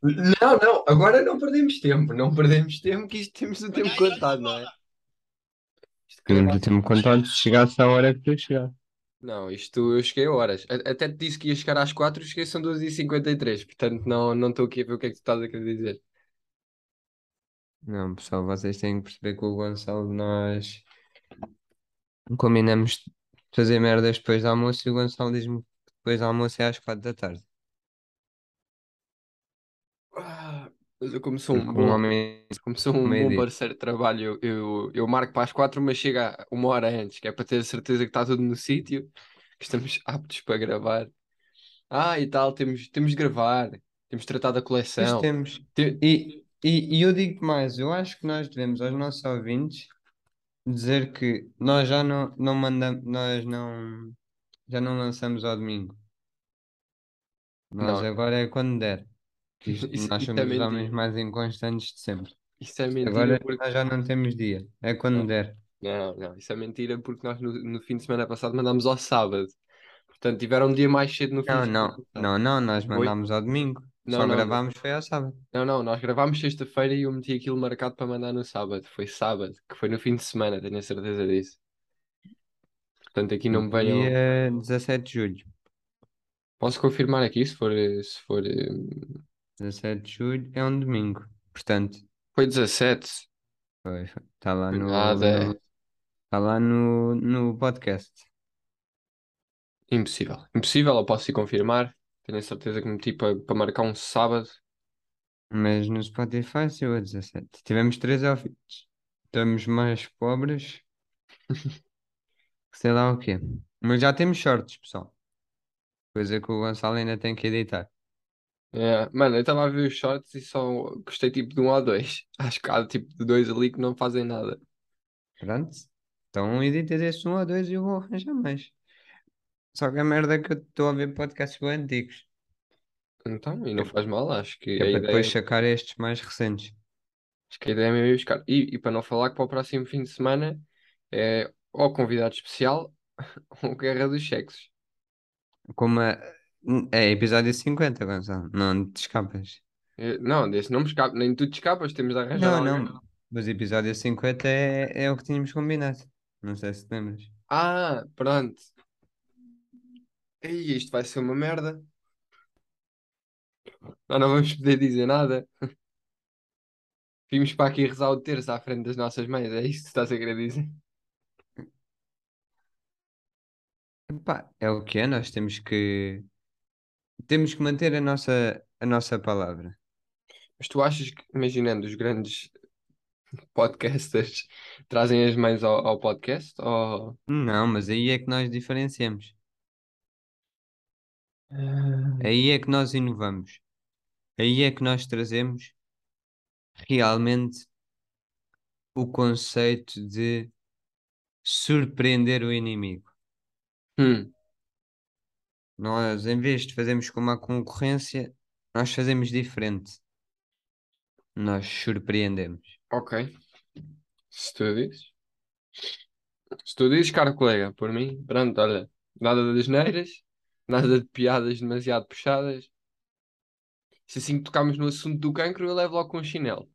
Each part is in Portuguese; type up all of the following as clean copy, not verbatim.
Não, não, agora não perdemos tempo, não perdemos tempo, que isto temos o tempo contado, não é? Isto Tínhamos gravar. o tempo contado se chegasse à hora que tu chegar. Não, isto eu cheguei a horas. Até te disse que ia chegar às 4, cheguei são 2h53, portanto não estou aqui a ver o que é que tu estás a querer dizer. Não, pessoal, vocês têm que perceber que o Gonçalo, nós combinamos de fazer merdas depois do almoço e o Gonçalo diz-me que depois do almoço é às 4 da tarde. Ah, mas eu como sou um Porque um bom, homem como sou ao um bom meio-dia. parceiro de trabalho, eu marco para as 4, mas chega uma hora antes, que é para ter a certeza que está tudo no sítio, que estamos aptos para gravar. Ah, e tal, temos de gravar, temos de tratar da Pois coleção. temos. Te- E eu digo mais, eu acho que nós devemos aos nossos ouvintes dizer que nós já não mandamos, já não lançamos ao domingo. Nós Não, agora é quando der. Que nós isso é somos os homens mentira. mais inconstantes de sempre. Isso é mentira Agora porque. nós já não temos dia. É quando Não, der. não, isso é mentira porque nós no fim de semana passado mandámos ao sábado. Portanto, tiveram um dia mais cedo no fim de Não, semana não, passado. não, não, nós Foi? mandámos ao domingo. Não, Só não, não. gravámos foi ao sábado. Não, não, nós gravámos sexta-feira e eu meti aquilo marcado para mandar no sábado. Foi sábado, que foi no fim de semana, tenho a certeza disso. Portanto, aqui não me venham. Dia 17 de julho. Posso confirmar aqui se for. 17 de julho é um domingo. Portanto, Foi 17. está lá Foi nada. tá lá no podcast. Impossível. Impossível, eu posso ir confirmar. Tenho a certeza que meti para marcar um sábado. Mas no Spotify saiu a 17. Tivemos 3 ouvintes. Estamos mais pobres que sei lá o quê. Mas já temos shorts, pessoal. Coisa que o Gonçalo ainda tem que editar. É, mano, eu estava a ver os shorts e só gostei tipo de um ou dois. Acho que há tipo de dois ali que não fazem nada. Pronto. Então edita esse um ou dois e eu vou arranjar mais. Só que a merda é que eu estou a ver podcasts bem antigos. Então, e Que não é, faz mal, acho que que é a para depois ideia, sacar estes mais recentes. acho que a ideia é mesmo ir buscar. E para não falar que para o próximo fim de semana é ou convidado especial ou Guerra dos Sexos. Como é episódio 50, Gonçalo. Não te escapas. Não, desse não me escapo, nem tu te escapas, temos de arranjar Não, alguém. não. Mas episódio 50 é o que tínhamos combinado. Não sei se te lembras. Ah, pronto. Ei, isto vai ser uma merda. Nós não vamos poder dizer nada. Vimos para aqui rezar o terço à frente das nossas mães, é isto que estás a querer dizer? Epá, é o que é, nós temos que manter a nossa palavra. Mas tu achas que, imaginando, os grandes podcasters trazem as mães ao podcast? Ou... Não, mas aí é que nós diferenciamos. Ah, Aí é que nós inovamos. Aí é que nós trazemos realmente o conceito de surpreender o inimigo. hum, Nós, em vez de fazermos como a concorrência, nós fazemos diferente. Nós surpreendemos. ok. Se tu dizes. Se tu dizes, caro colega, por mim, pronto, olha, nada de asneiras, nada de piadas demasiado puxadas. Se assim que tocarmos no assunto do cancro, eu levo logo com um chinelo.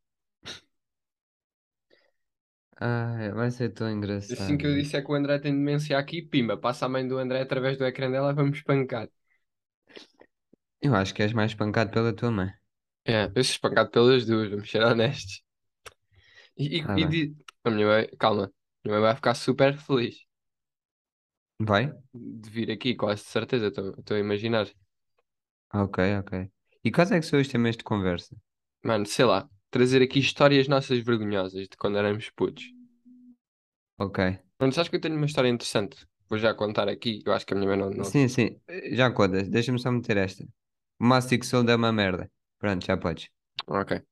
Ai, vai ser tão Assim que eu engraçado. disser que o André tem demência aqui, pimba, passa a mãe do André através do ecrã dela e vamos espancar. Eu acho que és mais pancado pela tua mãe. É, eu sou espancado pelas duas, vamos ser honestos. Tá bem. A minha mãe, calma, a minha mãe vai ficar super feliz Vai? de vir aqui, quase de certeza, estou a imaginar. Ok, ok. E quais é que são os temas de conversa? Mano, sei lá, trazer aqui histórias nossas vergonhosas de quando éramos putos. Ok. Mano, sabes que eu tenho uma história interessante? Vou já contar aqui, eu acho que a minha mãe não. Sim, sim. Já contas. Deixa-me só meter esta. O Mastico Soul é uma merda. Pronto, já podes. Ok.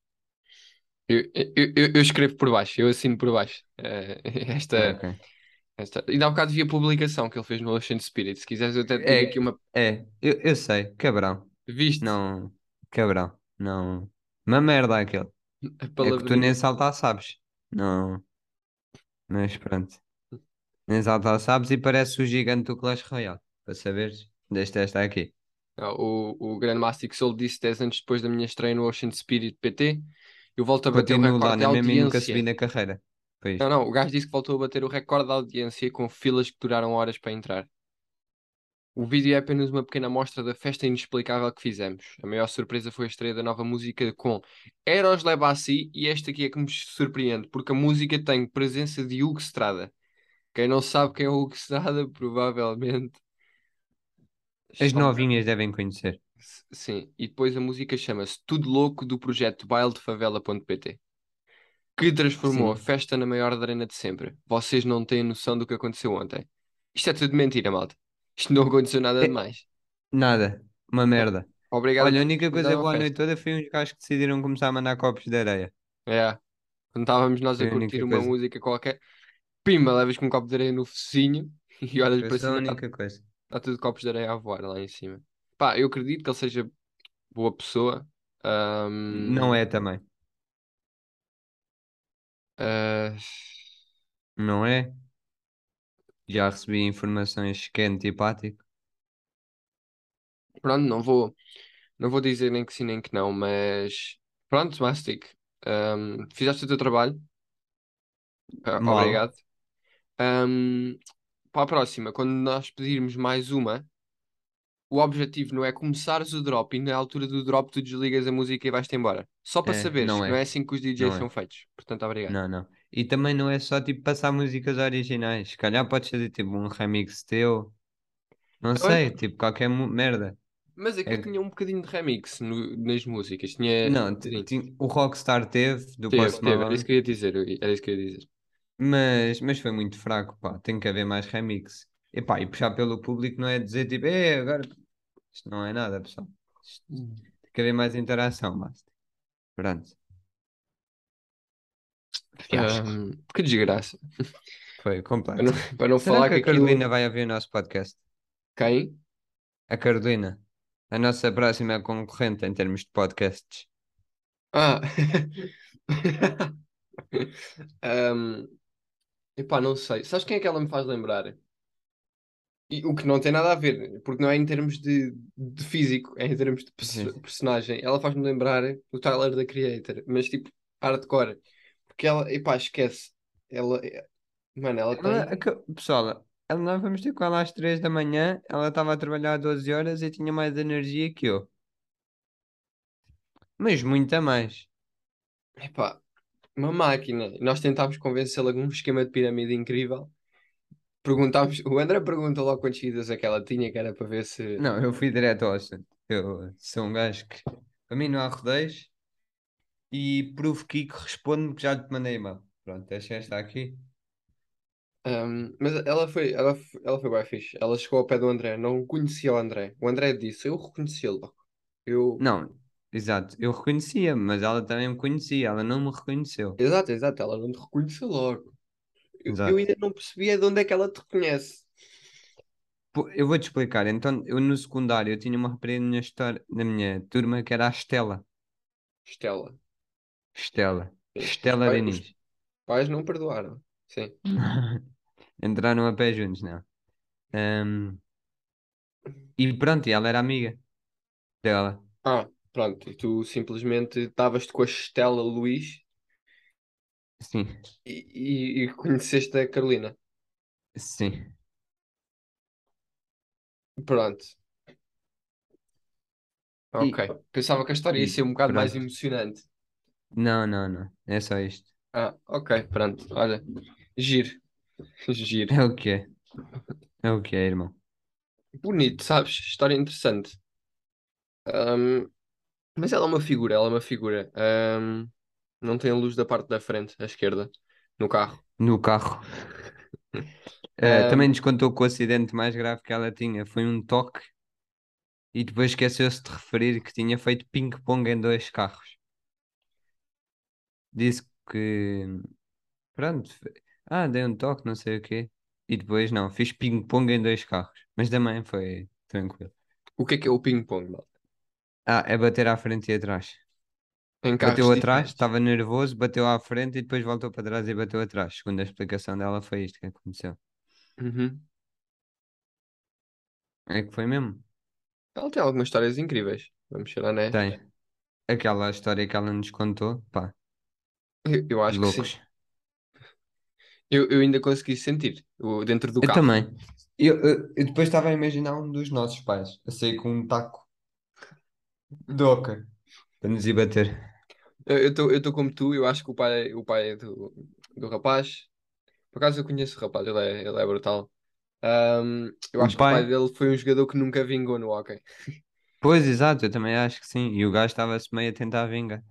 Eu escrevo por baixo, eu assino por baixo. Esta, Ok. Ainda há bocado vi a publicação que ele fez no Ocean Spirit. Se quiseres, eu até te digo aqui É, uma. eu sei. Cabrão. Viste? Não. Cabrão. Não. Uma merda aquele. A É que tu nem palavrinha. saltar sabes. Não. Mas pronto. Nem saltar sabes e parece o gigante do Clash Royale. Para saberes, deste esta aqui. O Grandmaster Soul disse 10 anos depois da minha estreia no Ocean Spirit PT, eu volto a bater o Continuo lá recorde de na mesma e nunca subi audiência. na carreira. Foi Não, isto. não, o gajo disse que voltou a bater o recorde de audiência com filas que duraram horas para entrar. O vídeo é apenas uma pequena amostra da festa inexplicável que fizemos. A maior surpresa foi a estreia da nova música com Eros Lebassi e esta aqui é que me surpreende, porque a música tem presença de Hugo Estrada. Quem não sabe quem é o Hugo Estrada, provavelmente As está um bocado... novinhas devem conhecer. Sim, e depois a música chama-se Tudo Louco do projeto bailedefavela.pt, que transformou a Sim. festa na maior arena de sempre. Vocês não têm noção do que aconteceu ontem. Isto é tudo mentira, malta. Isto não aconteceu nada de É, mais. nada. Uma merda. Obrigado a Olha, a todos que única coisa fizeram a boa a noite festa. toda foi uns gajos que decidiram começar a mandar copos de areia. É, quando estávamos nós a Foi a curtir única uma coisa. música qualquer, pimba, levas com um copo de areia no focinho e olhas Foi para só a cima, está única coisa. tá tudo copos de areia a voar lá em cima. Pá, eu acredito que ele seja boa pessoa. Não Ahm, é também. ah, Não é? Já recebi informações que é antipático. pronto, não vou dizer nem que sim nem que não, mas pronto, Mastic, fizeste o teu trabalho. Mal. Obrigado. Ahm, para a próxima, quando nós pedirmos mais uma. O objetivo não é começares o drop e na altura do drop tu desligas a música e vais-te embora. Só para É, saberes não que não é é. assim que os DJs Não são é. feitos. Portanto, obrigado. Não, não. E também não é só tipo passar músicas originais. Se calhar podes fazer tipo um remix teu. Não Também, sei, tipo qualquer merda. mas aquilo É, tinha um bocadinho de remix nas músicas. Tinha um não, bocadinho. o Rockstar teve do Teve, Post teve. Era isso Malone, que eu ia dizer. Era isso que eu ia dizer. mas foi muito fraco, pá. Tem que haver mais remix. E pá, e puxar pelo público não é dizer tipo, agora. Isto não é nada, pessoal. Isto- Tem que haver mais interação, mas. Pronto. Fiasco. Que desgraça. Foi Para não, completo. para não Será falar que que a aquilo. Carolina vai ouvir o nosso podcast? Quem? A Carolina, a nossa próxima concorrente em termos de podcasts. Ah! um, epá, não sei. Sabes quem é que ela me faz lembrar? E o que não tem nada a ver, porque não é em termos de físico, é em termos de Sim. personagem. Ela faz-me lembrar o Tyler da Creator, mas tipo hardcore. Porque ela, epá, esquece. Ela, mano, ela tem. Pessoal, nós vamos ter com ela às 3 da manhã. Ela estava a trabalhar 12 horas e tinha mais energia que eu. Mas muita mais. Epá, uma máquina. E nós tentámos convencê-la com um esquema de pirâmide incrível. Perguntámos, o André perguntou logo quantos seguidores é que ela tinha, que era para ver se. Não, eu fui direto ao assunto. Eu sou um gajo que, para mim, não há rodeios. E provo que responde-me que já te mandei e-mail. Pronto, deixa esta aqui. Mas ela foi bem fixe. Ela chegou ao pé do André, não conhecia o André. O André disse, eu reconheci-lo logo. Eu. Não, exato. Eu reconhecia, mas ela também me conhecia. Ela não me reconheceu. Exato, exato, ela não te reconheceu logo. Eu Exato. ainda não percebia de onde é que ela te reconhece. Pô, eu vou-te explicar. Então, eu no secundário eu tinha uma rapariga na minha turma que era a Estela. Estela. Estela. Sim. Os Estela pais, os Diniz. pais não perdoaram. Sim. Entraram a pé juntos, não. Ahm, e pronto, e ela era amiga dela. Pronto. E tu simplesmente estavas-te com a Estela Luís Sim, e conheceste a Carolina. sim. Pronto. Ok. E, Pensava que a história ia e ser um bocado mais pronto. emocionante. Não, não, não. É só isto. Ok, pronto. Olha, giro, giro. É o que é. É o que é, irmão. Bonito, sabes? História interessante. Ahm, mas ela é uma figura, ela é uma figura. Não tem a luz da parte da frente, à esquerda, no carro. No carro. Também Ahm, nos contou que o acidente mais grave que ela tinha foi um toque e depois esqueceu-se de referir que tinha feito ping-pong em dois carros. Disse que, pronto, dei um toque, não sei o quê. E depois, não, fiz ping-pong em dois carros. Mas também foi tranquilo. o que é o ping-pong, malta? É bater à frente e atrás. Em Bateu carros atrás, diferentes. estava nervoso, bateu à frente e depois voltou para trás e bateu atrás. Segundo a explicação dela, foi isto que aconteceu. Uhum. É que foi mesmo. Ela tem algumas histórias incríveis, vamos ser honestos. Tem. Aquela história que ela nos contou, pá, Eu de acho que sim. loucos. Eu ainda consegui sentir dentro do Eu carro. também. Eu depois estava a imaginar um dos nossos pais a sair com um taco de oca para nos ir bater. Eu estou como tu, eu acho que o pai do rapaz, por acaso eu conheço o rapaz, ele é brutal. Eu O acho que o pai, pai dele foi um jogador que nunca vingou no hóquei. pois exato, eu também acho que sim. E o gajo estava-se meio a tentar vingar.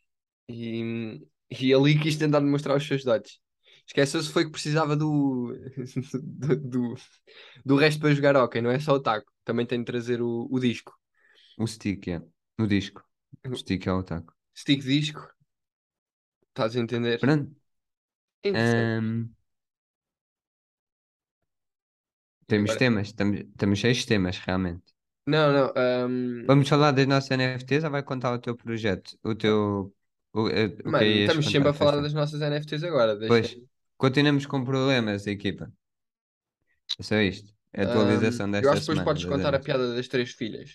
E ali quis tentar demonstrar os seus dotes. Esqueceu-se foi que precisava do, do, do resto para jogar hóquei, não é só o taco. Também tem de trazer o disco. O stick, é. No disco. O O stick é o taco. stick disco, estás a entender? Pronto. É interessante. Ahm, E temos agora? temas. Temos 6 temas, realmente. Não, não. Vamos falar das nossas NFTs ou vai contar o teu projeto? O que Mano, ias estamos sempre contar a falar desta? das nossas NFTs agora. Deixa. Pois, continuamos com problemas, equipa. É só isto. É a atualização Eu desta acho que depois semana podes das contar a NFTs. piada das três filhas.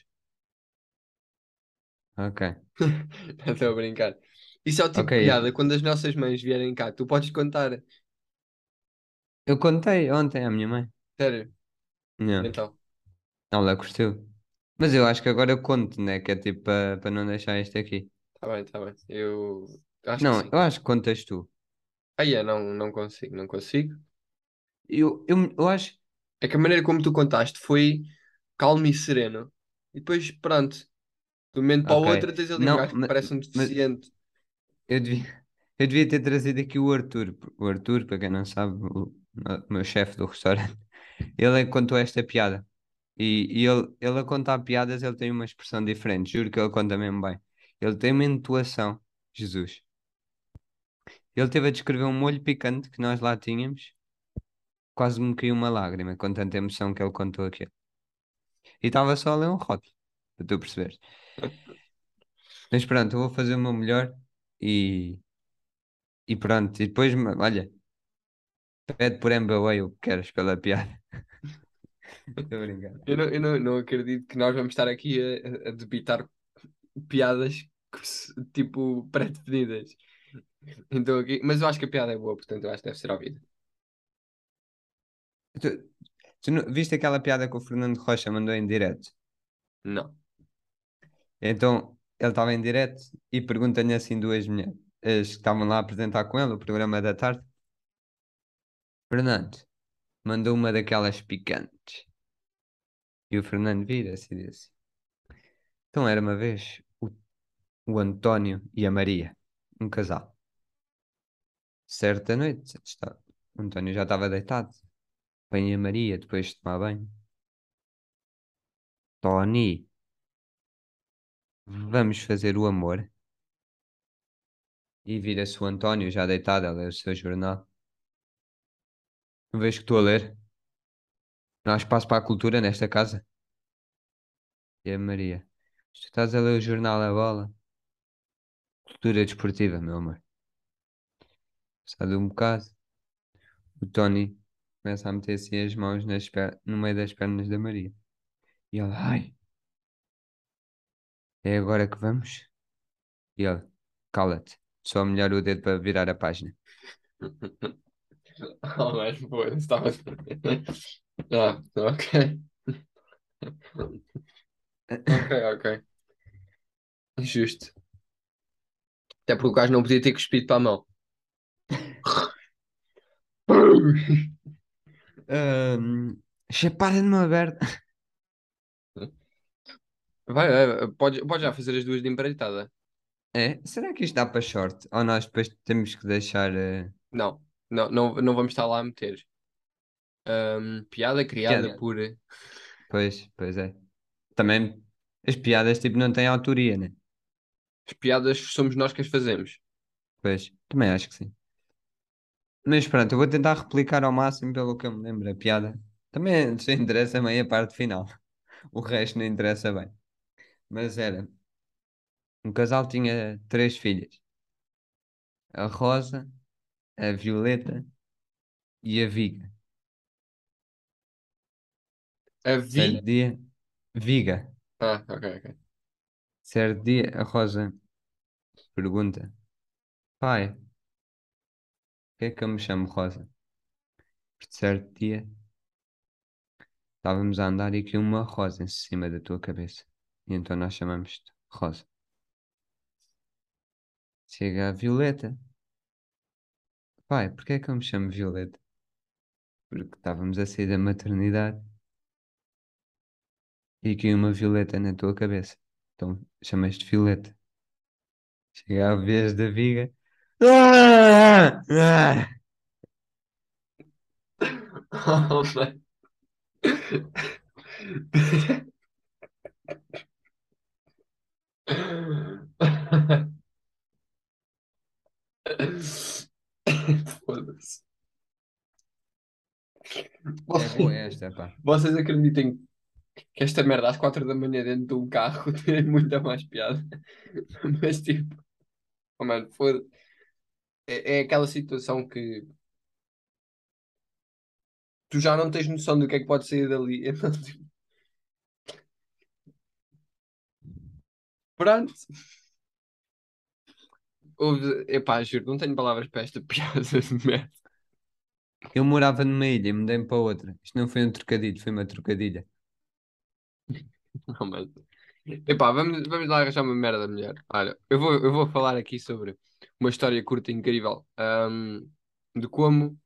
Ok. Não estou a brincar. Isso é o tipo Ok. de piada quando as nossas mães vierem cá. Tu podes contar. Eu contei ontem à minha mãe. Sério. Não. Então. Ela curtiu. Mas eu acho que agora eu conto, né? Que é tipo para não deixar isto aqui. Está bem, está bem. Eu acho que Não, sim. eu acho que contas tu. Aí é, não, não consigo, não consigo. Eu acho. É que a maneira como tu contaste foi calmo e sereno. E depois, pronto, de um momento para o Ok. outro, tens ali um Não, gajo que parece um mas deficiente. eu devia, eu devia ter trazido aqui o Arthur. O Arthur, para quem não sabe, o meu chefe do restaurante, ele é que contou esta piada. E ele a contar piadas, ele tem uma expressão diferente. Juro que ele conta mesmo bem. Ele tem uma entoação. Jesus. Ele teve a descrever um molho picante que nós lá tínhamos. Quase me caiu uma lágrima com tanta emoção que ele contou aquilo. E estava só a ler um rótulo, para tu perceberes. Mas pronto, eu vou fazer o meu melhor e, e pronto. E depois, olha, pede por MBA o que queres pela piada. Estou a brincar. Eu não acredito que nós vamos estar aqui a debitar piadas tipo pré-definidas. Então, mas eu acho que a piada é boa, portanto eu acho que deve ser ouvida. Tu, viste aquela piada que o Fernando Rocha mandou em direto? Não. Então, ele estava em direto e pergunta-lhe assim duas mulheres as que estavam lá a apresentar com ele o programa da tarde. Fernando, mandou uma daquelas picantes. E o Fernando vira-se e disse: Então era uma vez o António e a Maria, um casal. Certa noite, o António já estava deitado. Vem a Maria depois de tomar banho. Tony, vamos fazer o amor. E vira-se o António já deitado a ler o seu jornal. Não vejo que estou a ler. Não há espaço para a cultura nesta casa. E a Maria, tu estás a ler o jornal A Bola? Cultura desportiva, meu amor. Sai de um bocado. O Tony começa a meter assim as mãos no meio das pernas da Maria. E ela, ai, é agora que vamos? E ele, cala-te. Só molhar o dedo para virar a página. Oh, mas pô, estava. Ah, ok. Ok, ok. Justo. Até porque o gajo não podia ter cuspido para a mão. Chapada numa aberta. Vai, pode já fazer as duas de empreitada. É? Será que isto dá para short? Ou nós depois temos que deixar Não, não, não, não vamos estar lá a meter. Piada criada piada? por. Pois é. Também as piadas tipo não têm autoria, né? As piadas somos nós que as fazemos. Pois, também acho que sim. Mas pronto, eu vou tentar replicar ao máximo pelo que eu me lembro a piada. Também só interessa bem a parte final. O resto não interessa bem. Mas era, um casal tinha 3 filhas. A Rosa, a Violeta e a Viga. A Certo vi. dia, Viga. Ah, ok, ok. Certo dia, a Rosa pergunta: Pai, que é que eu me chamo Rosa? Por certo dia, estávamos a andar e caiu uma rosa em cima da tua cabeça. E então nós chamamos-te Rosa. Chega a Violeta. Pai, porquê é que eu me chamo Violeta? Porque estávamos a sair da maternidade e caiu uma violeta na tua cabeça. Então chamas-te Violeta. Chega a vez da viga. Ah! Ah! Oh, mano. Foda-se. É boa Vocês, esta, pá. vocês acreditem que esta merda às 4 da manhã dentro de um carro tem muita mais piada. Mas tipo, oh, mano, foda-se. É aquela situação que tu já não tens noção do que é que pode sair dali. Então, tipo, pronto. Epá, juro, não tenho palavras para esta piada de merda. Eu morava numa ilha e mudei-me para outra. Isto não foi um trocadilho, foi uma trocadilha. Não, mas... Epá, vamos lá arranjar uma merda melhor. Olha, eu vou falar aqui sobre uma história curta e incrível. De como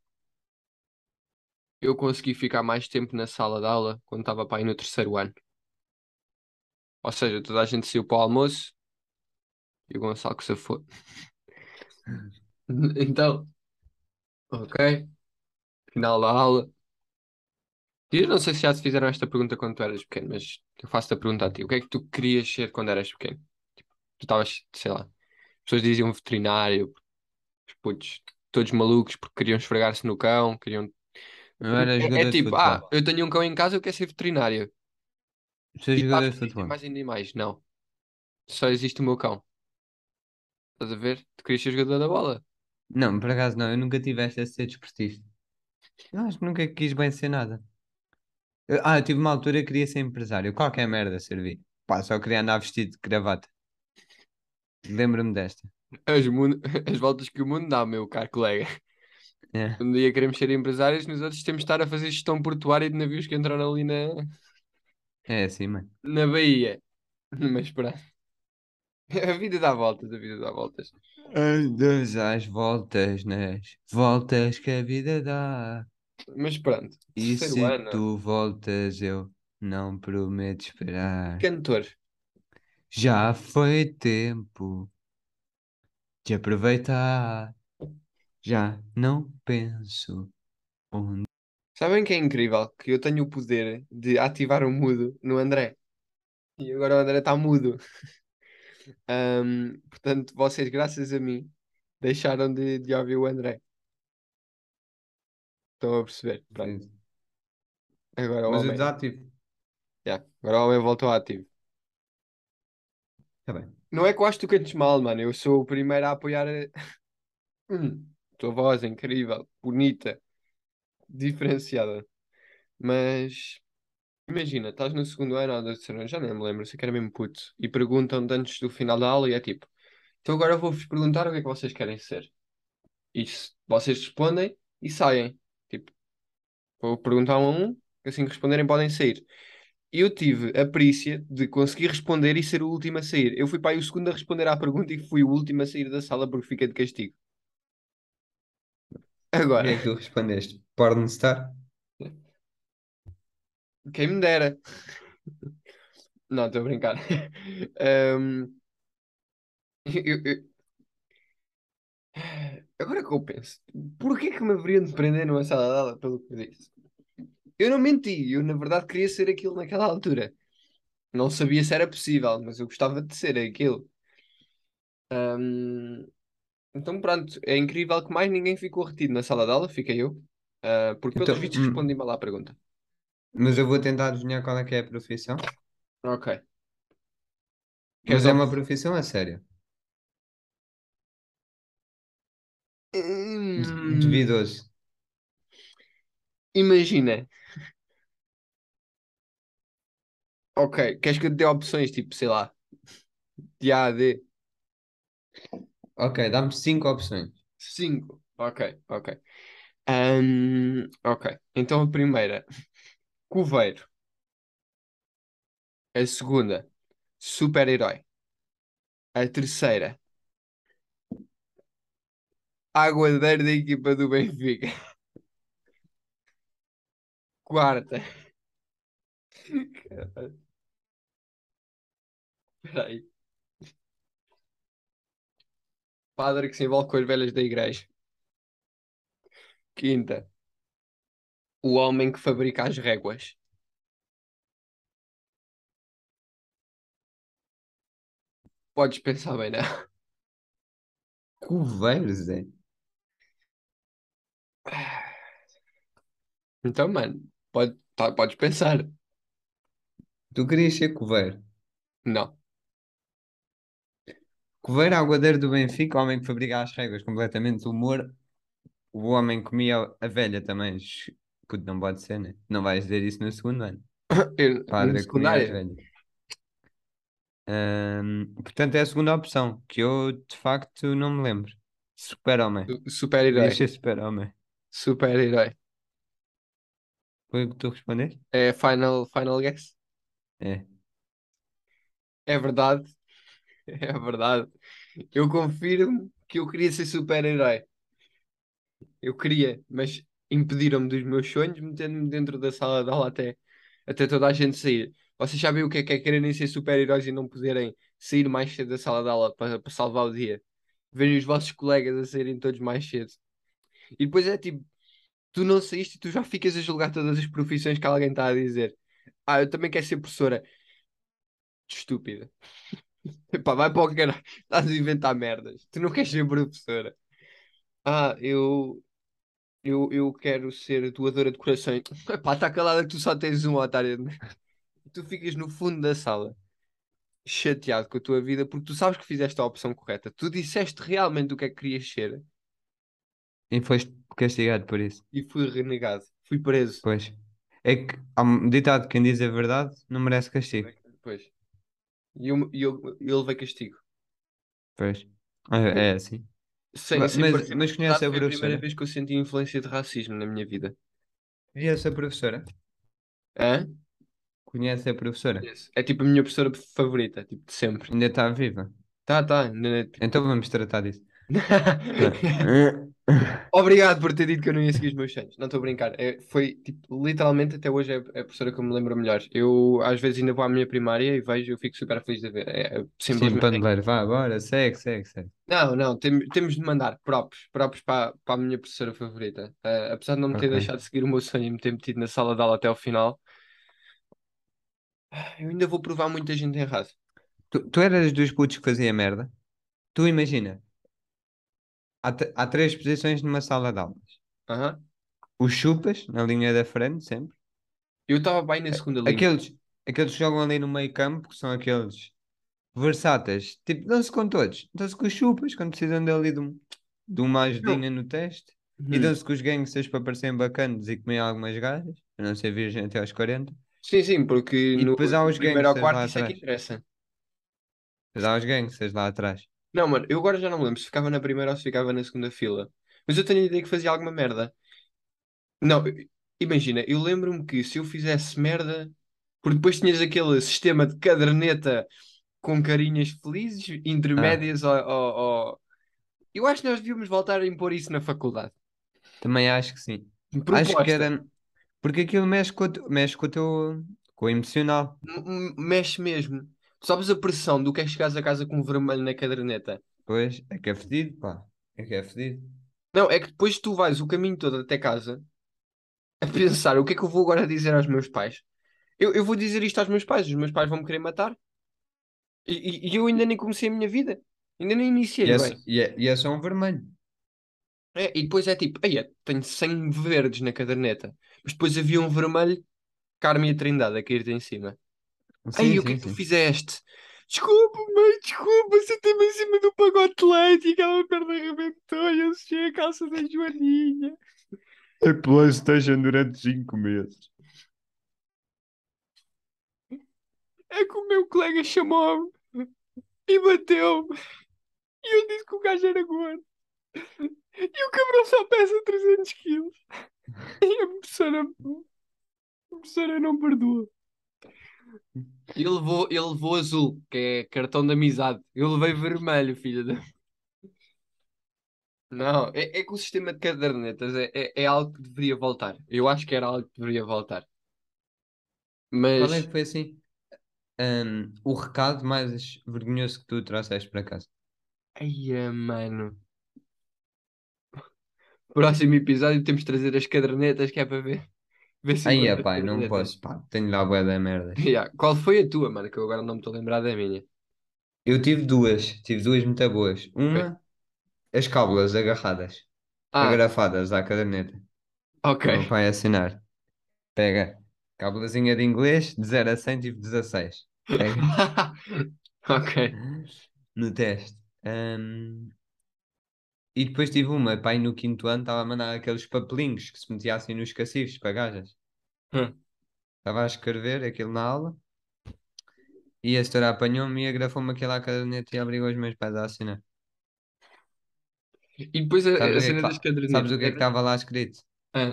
eu consegui ficar mais tempo na sala de aula quando estava para aí no terceiro ano. Ou seja, toda a gente saiu para o almoço e o Gonçalo que se foi. Então, ok, final da aula. E eu não sei se já te fizeram esta pergunta quando tu eras pequeno, mas eu faço-te a pergunta a ti. O que é que tu querias ser quando eras pequeno? Tu estavas, sei lá, as pessoas diziam veterinário, os putos, todos malucos porque queriam esfregar-se no cão, queriam. Eu era É jogador de tipo, futebol. eu tenho um cão em casa, eu quero ser veterinário. Sou E sabes jogador de que existem futebol. mais animais? Não. Só existe o meu cão. Estás a ver? Tu querias ser jogador da bola. Não, por acaso não, eu nunca tive esta de ser desportista. Eu acho que nunca quis bem ser nada. Eu tive uma altura que queria ser empresário. Qualquer merda servir. Pá, só queria andar vestido de gravata. Lembro-me desta. As voltas que o mundo dá, meu caro colega. É, Um dia queremos ser empresários, nos outros temos de estar a fazer gestão portuária de navios que entraram ali é assim, mano. na Bahia. Mas pronto. A vida dá voltas, a vida dá voltas. Andas às voltas, nas voltas que a vida dá. Mas pronto, E terceiro se ano. tu voltas, eu não prometo esperar. Cantor. Já foi tempo de aproveitar. Já não penso onde. Sabem que é incrível? Que eu tenho o poder de ativar o mudo no André. E agora o André está mudo. Portanto, vocês, graças a mim, deixaram de ouvir o André. Estão a perceber? Pronto. Agora o Mas eu homem. desativo. Yeah, agora o homem voltou ativo. Tá bem. Não é que eu acho que tu cantes mal, mano. Eu sou o primeiro a apoiar Hum, tua voz é incrível, bonita, diferenciada. Mas imagina, estás no segundo ano ou do terceiro ano, já nem me lembro, sei que era mesmo puto. E perguntam-te antes do final da aula e é tipo, então agora vou-vos perguntar o que é que vocês querem ser. E vocês respondem e saem. Tipo, vou perguntar um a um, que assim que responderem podem sair. Eu tive a perícia de conseguir responder e ser o último a sair. Eu fui para aí o segundo a responder à pergunta e fui o último a sair da sala porque fiquei de castigo. O que Agora, é que tu respondeste? Pornstar? quem me dera. Não, estou a brincar. Ahm, eu- eu- Agora que eu penso, porquê que me haveriam de prender numa sala de aula pelo que eu disse? Eu não menti, eu na verdade queria ser aquilo naquela altura. Não sabia se era possível, mas eu gostava de ser aquilo. Ahm, então pronto, é incrível que mais ninguém ficou retido na sala de aula, fiquei eu. Porque pelos Então, vistos respondi mal à pergunta. mas eu vou tentar adivinhar qual é que é a profissão. Ok. Queres Mas é uma opção? profissão a sério. Hum, Duvidoso. Imagina. Ok, queres que eu te dê opções, tipo, sei lá, de A a D? Ok, dá-me cinco opções. Cinco. Ok, ok. Ok, então a primeira, coveiro. A segunda, super-herói. A terceira, aguadeiro da equipa do Benfica. Quarta, peraí, padre que se envolve com as velhas da igreja. Quinta, o homem que fabrica as réguas. Podes pensar bem, não? Coveiro, Zé. Então, mano, podes pensar. Tu querias ser coveiro. Não. Coveiro, aguadeiro do Benfica, o homem que fabrica as regras completamente. Humor, o homem que comia a velha também. Puto, não pode ser, né? Não vais dizer isso no segundo ano. No Padre que comia as secundário? velhas. Portanto, é a segunda opção, que eu de facto não me lembro. Super-homem. Queria Super-herói. ser super-homem. Super-herói. Foi o que tu respondeste? É final guess? É. É verdade. É verdade. Eu confirmo que eu queria ser super-herói. Eu queria, mas impediram-me dos meus sonhos, metendo-me dentro da sala de aula até toda a gente sair. Vocês sabem o que é quererem ser super-heróis e não poderem sair mais cedo da sala de aula para salvar o dia? Verem os vossos colegas a saírem todos mais cedo. E depois é tipo, tu não saíste e tu já ficas a julgar todas as profissões que alguém está a dizer. Ah, eu também quero ser professora. Estúpida. Epá, vai para o caralho. Estás a inventar merdas. Tu não queres ser professora. Ah, eu quero ser doadora de corações. Epá, está calada que tu só tens um, otário. Tu ficas no fundo da sala, chateado com a tua vida, porque tu sabes que fizeste a opção correta. Tu disseste realmente o que é que querias ser E foste castigado por isso. e fui renegado. Fui preso. Pois. É que há um ditado: quem diz a verdade não merece castigo. Pois. E eu levei castigo. Pois. É assim. Sem parecer Mas muito conhece pesado, a foi a primeira professora? vez que eu senti influência de racismo na minha vida. Conhece a professora? Hã? Conhece a professora? Conheço. É tipo a minha professora favorita, tipo de sempre. Ainda está viva? Tá, tá. Então Tipo... vamos tratar disso. Obrigado por ter dito que eu não ia seguir os meus sonhos. Não estou a brincar. Foi, tipo, literalmente até hoje é a professora que eu me lembro melhor. Eu, às vezes, ainda vou à minha primária e vejo, eu fico super feliz de ver. É Sim, simplesmente. paneleiro, vá, bora, segue, segue, segue. Não, não, temos de mandar props para a minha professora favorita. Apesar de não me ter Ok. deixado de seguir o meu sonho e me ter metido na sala de aula até ao final, eu ainda vou provar muita gente errado. Tu eras dos putos que fazia merda? Tu imagina, há três posições numa sala de aulas. Aham. Os chupas, na linha da frente, sempre. Eu estava bem na segunda linha. Aqueles, aqueles que jogam ali no meio campo, que são aqueles versáteis. Tipo, dão-se com todos. Dão-se com os chupas, quando precisam dali de uma Não. ajudinha no teste. E Uhum. dão-se com os gangsters para parecerem bacanas e comer algumas gajas. Para não ser virgem até aos 40. Sim, sim, porque E no, depois há no os primeiro ao gangsters quarto lá isso é que atrás. interessa. Depois há os gangsters lá atrás. Não, mano, eu agora já não me lembro se ficava na primeira ou se ficava na segunda fila. Mas eu tenho a ideia que fazia alguma merda. Não, imagina, eu lembro-me que se eu fizesse merda, porque depois tinhas aquele sistema de caderneta com carinhas felizes, Ah, intermédias Eu acho que nós devíamos voltar a impor isso na faculdade. também acho que sim. Acho que Proposta. era. Porque aquilo mexe com o teu. Com o emocional. Mexe mesmo. Tu sabes a pressão do que é chegares a casa com um vermelho na caderneta? Pois, é que é fedido, pá. É que é fedido. Não, é que depois tu vais o caminho todo até casa a pensar o que é que eu vou agora dizer aos meus pais. Eu vou dizer isto aos meus pais, os meus pais vão me querer matar. E eu ainda nem comecei a minha vida. Ainda nem iniciei, bem. E é só um vermelho. E depois é tipo, aí tenho 100 verdes na caderneta. Mas depois havia um vermelho, Carme e a Trindade a cair-te em cima. Sim, Aí, o que é sim, que tu sim. fizeste? Desculpa, mãe, desculpa, sentei-me em cima do pagote de leite e aquela perna arrebentou e eu sujei a calça da Joaninha. A PlayStation durante 5 meses. É que o meu colega chamou-me e bateu-me. E eu disse que o gajo era gordo. E o cabrão só pesa 300 quilos. E a professora não perdoa. Ele levou azul, que é cartão de amizade. Eu levei vermelho, filha da. Não, é que o sistema de cadernetas é algo que deveria voltar. Eu acho que era algo que deveria voltar. Qual é Mas, que foi assim? O recado mais vergonhoso que tu trouxeste para casa? ai, mano. Próximo episódio temos de trazer as cadernetas que é para ver se Aí, encontra as pá, não cadernetas. posso, pá, tenho lá bué de merdas. Yeah. Qual foi a tua, mano? Que eu agora não me estou a lembrar da minha. Eu tive duas muito boas. Ok. Uma, as cábulas agarradas, Ah, agrafadas à caderneta. ok. O meu pai a assinar. Pega, cábulazinha de inglês, de 0 a 100 tive 16. Pega, Ok. no teste. E depois tive uma, pai, no quinto ano, estava a mandar aqueles papelinhos que se metia assim nos cacifes para gajas. Hum. Estava a escrever aquilo na aula e a senhora apanhou-me e agrafou-me aquilo à caderneta e obrigou os meus pais a assinar. E depois Sabes a o que é cena das sabes cadernetas o que é que era. estava lá escrito? Ah.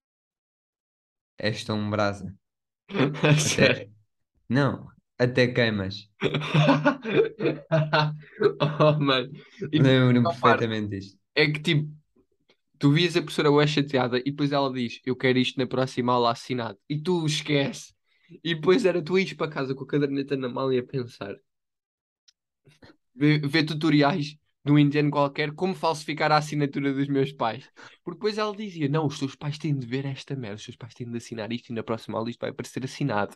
És tão brasa. A sério. Até, não, até queimas. Oh, mano. E depois a Lembro-me melhor parte perfeitamente disto. é que tipo, tu vias a professora bué chateada e depois ela diz: Eu quero isto na próxima aula assinado. E tu esquece. E depois era tu ires para casa com a caderneta na mala e a pensar. Ver tutoriais de um indiano qualquer como falsificar a assinatura dos meus pais. Porque depois ela dizia: Não, os teus pais têm de ver esta merda, os teus pais têm de assinar isto e na próxima aula isto vai aparecer assinado.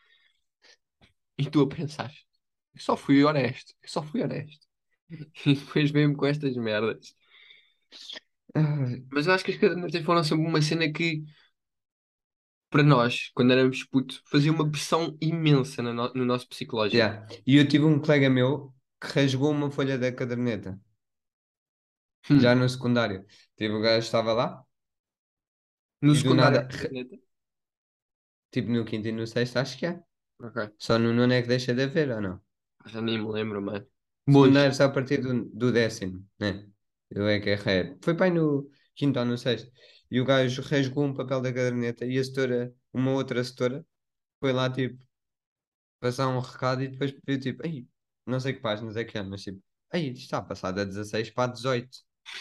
E tu a pensar: Eu só fui honesto, eu só fui honesto. E depois vem-me com estas merdas. Ah, Mas eu acho que as cadernetas foram sempre uma cena que, para nós, quando éramos putos, fazia uma pressão imensa no nosso psicológico. yeah. E eu tive um colega meu que rasgou uma folha da caderneta, já Hum. no secundário. Tive o gajo estava lá No e do secundário, a nada, caderneta. tipo no quinto e no sexto, acho que é. Ok. Só no nono é que deixa de haver, ou não? Já nem me lembro, mano. Monge. Secundário só a partir do décimo, né? Eu é que errei. Foi para aí no quinto ou no sexto. E o gajo rasgou um papel da caderneta e a setora, uma outra setora, foi lá tipo passar um recado e depois pediu tipo, ei, não sei que páginas é que é, mas tipo, ei, isto está a passar da 16 para a 18.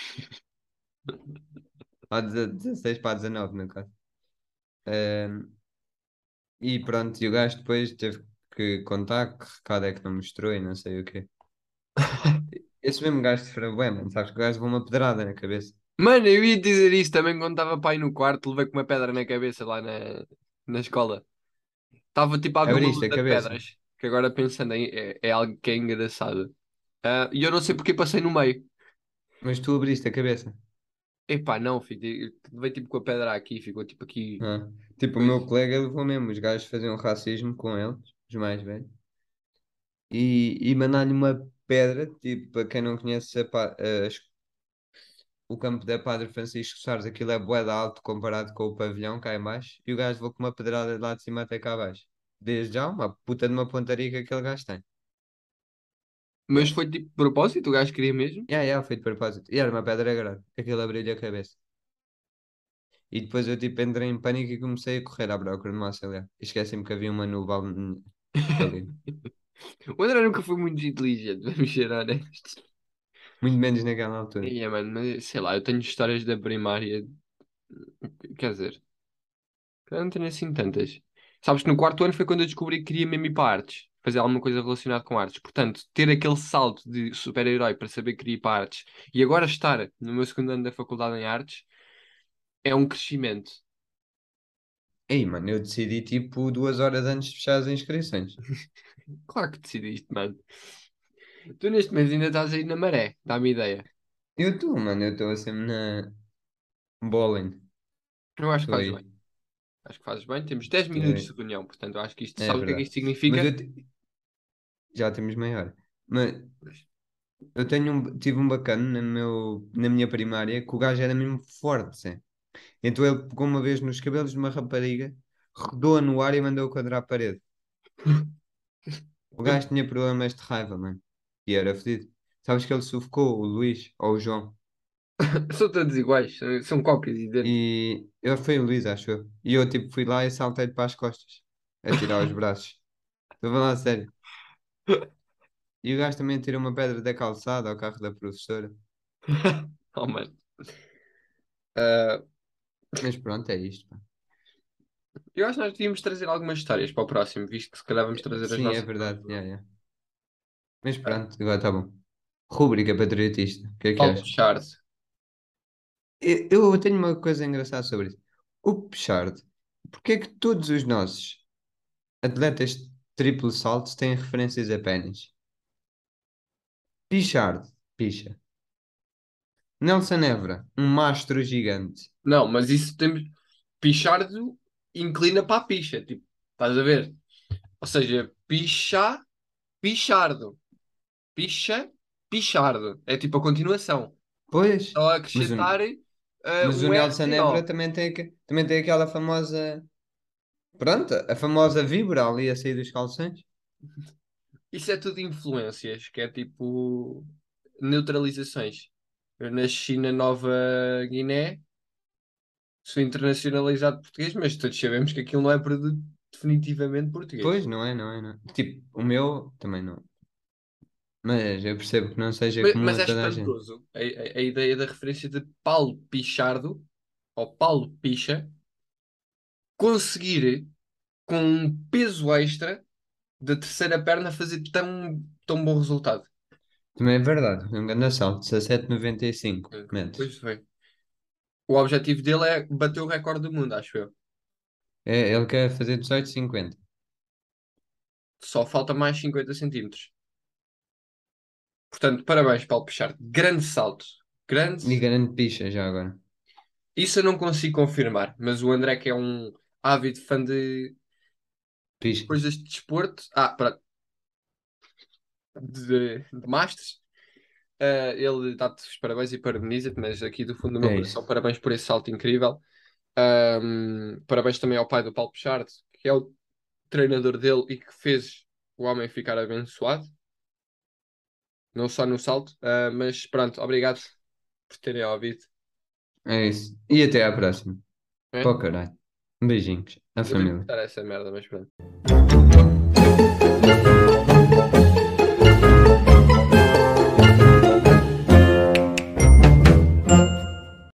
Para 16 para a 19, no caso. Ahm, e pronto, e o gajo depois teve que contar que recado é que não mostrou e não sei o quê. Esse mesmo gajo sofreu bem, mano. Sabes que o gajo levou uma pedrada na cabeça. Mano, eu ia dizer isso também quando estava para aí no quarto, levei com uma pedra na cabeça lá na escola. Estava tipo a haver uma Abriste a luta de cabeça. pedras, que agora pensando é algo que é engraçado. E eu não sei porque passei no meio. Mas tu abriste a cabeça. Epá, não, filho, levei tipo com a pedra aqui, ficou tipo aqui. Ah. Tipo, o Pois. meu colega levou mesmo. Os gajos faziam racismo com eles, os mais velhos. E mandar-lhe uma pedra, tipo, para quem não conhece o campo da Padre Francisco Soares, aquilo é bué de alto comparado com o pavilhão cá em baixo. E o gajo levou com uma pedrada de lá de cima até cá abaixo. Desde já, uma puta de uma pontaria que aquele gajo tem. Mas Yeah. foi tipo de propósito, o gajo queria mesmo. Yeah, yeah, foi de propósito. E era uma pedra grande. Aquilo abriu-lhe a cabeça. E depois eu tipo entrei em pânico e comecei a correr à procura de uma auxiliar. E esqueci-me que havia uma no balneário ali. O André nunca foi muito inteligente, vamos ser honestos. Muito menos naquela altura. Mano, mas sei lá, eu tenho histórias da primária, quer dizer, eu não tenho assim tantas. Sabes que no quarto ano foi quando eu descobri que queria mesmo ir para artes, fazer alguma coisa relacionada com artes. Portanto, ter aquele salto de super-herói para saber que queria ir para artes e agora estar no meu segundo ano da faculdade em artes é um crescimento. Ei, mano, eu decidi tipo 2 horas antes de fechar as inscrições. Claro que decidiste, mano. Tu neste mês ainda estás aí na maré, dá-me ideia. Eu estou, mano, eu estou sempre na bowling. Eu acho que Estou fazes bem. aí. Acho que fazes bem. Temos 10 Estou minutos de aí. reunião, portanto, eu acho que isto, É sabes o que é que verdade. isto Mas significa? já temos meia hora. Mas eu tive um bacana na minha primária que o gajo era mesmo forte, sim. Então ele pegou uma vez nos cabelos de uma rapariga, rodou-a no ar e mandou-a quadrar a parede. O gajo tinha problemas de raiva, mano. E era fedido. Sabes que ele sufocou o Luís ou o João? São todos iguais, são cópias idênticas. E ele foi o Luís, acho eu. E eu tipo fui lá e saltei-lhe para as costas. A tirar os braços. Estou a falar a sério. E o gajo também tirou uma pedra da calçada ao carro da professora. Oh, mano. Ah, Mas pronto, é isto, pá. eu acho que nós devíamos trazer algumas histórias para o próximo, visto que se calhar vamos trazer as Sim, é nossas todas, verdade. não? Yeah, yeah. Mas Ah, pronto, agora está bom. Rúbrica patriotista. O que é que Paulo achas? Pichard. Eu tenho uma coisa engraçada sobre isso. O Pichard, porque é que todos os nossos atletas de triplo salto têm referências a pénis? Pichard, picha. Nelson Évora, um mastro gigante. Não, mas isso temos. Pichardo inclina para a picha, tipo, estás a ver? Ou seja, picha, pichardo. Picha, pichardo. É tipo a continuação. Pois, Só mas o, acrescentar mas o um R Nelson sem Évora nó. também tem aquela famosa. Pronto, a famosa vibra ali a sair dos calções. Isso é tudo influências, que é tipo neutralizações. Eu nasci na Nova Guiné, sou internacionalizado português, mas todos sabemos que aquilo não é produto definitivamente Pois, português. não é, não é, não é. Tipo, o meu também não. Mas eu percebo que não seja comum Mas a é toda a gente. espantoso a ideia da referência de Paulo Pichardo, ou Paulo Picha, conseguir, com um peso extra da terceira perna, fazer tão bom resultado. Também é verdade. Um grande salto, 17,95 Sim. metros. Pois foi. O objetivo dele é bater o recorde do mundo, acho eu. É, ele quer fazer 18,50. Só falta mais 50 centímetros. Portanto, parabéns, Paulo Pichardo. Grande salto. Grande. E grande picha já agora. Isso eu não consigo confirmar, mas o André, que é um ávido fã de Piscas. coisas de desporto, pronto, de masters, ele dá-te os parabéns e parabeniza-te, mas aqui do fundo do meu É isso. coração, parabéns por esse salto incrível. Parabéns também ao pai do Paulo Pichardo, que é o treinador dele e que fez o homem ficar abençoado, não só no salto, mas pronto, obrigado por terem ouvido. É isso. E até à próxima. É? Pô, caralho. Beijinhos. A Eu tenho que família. cortar essa merda, mas pronto.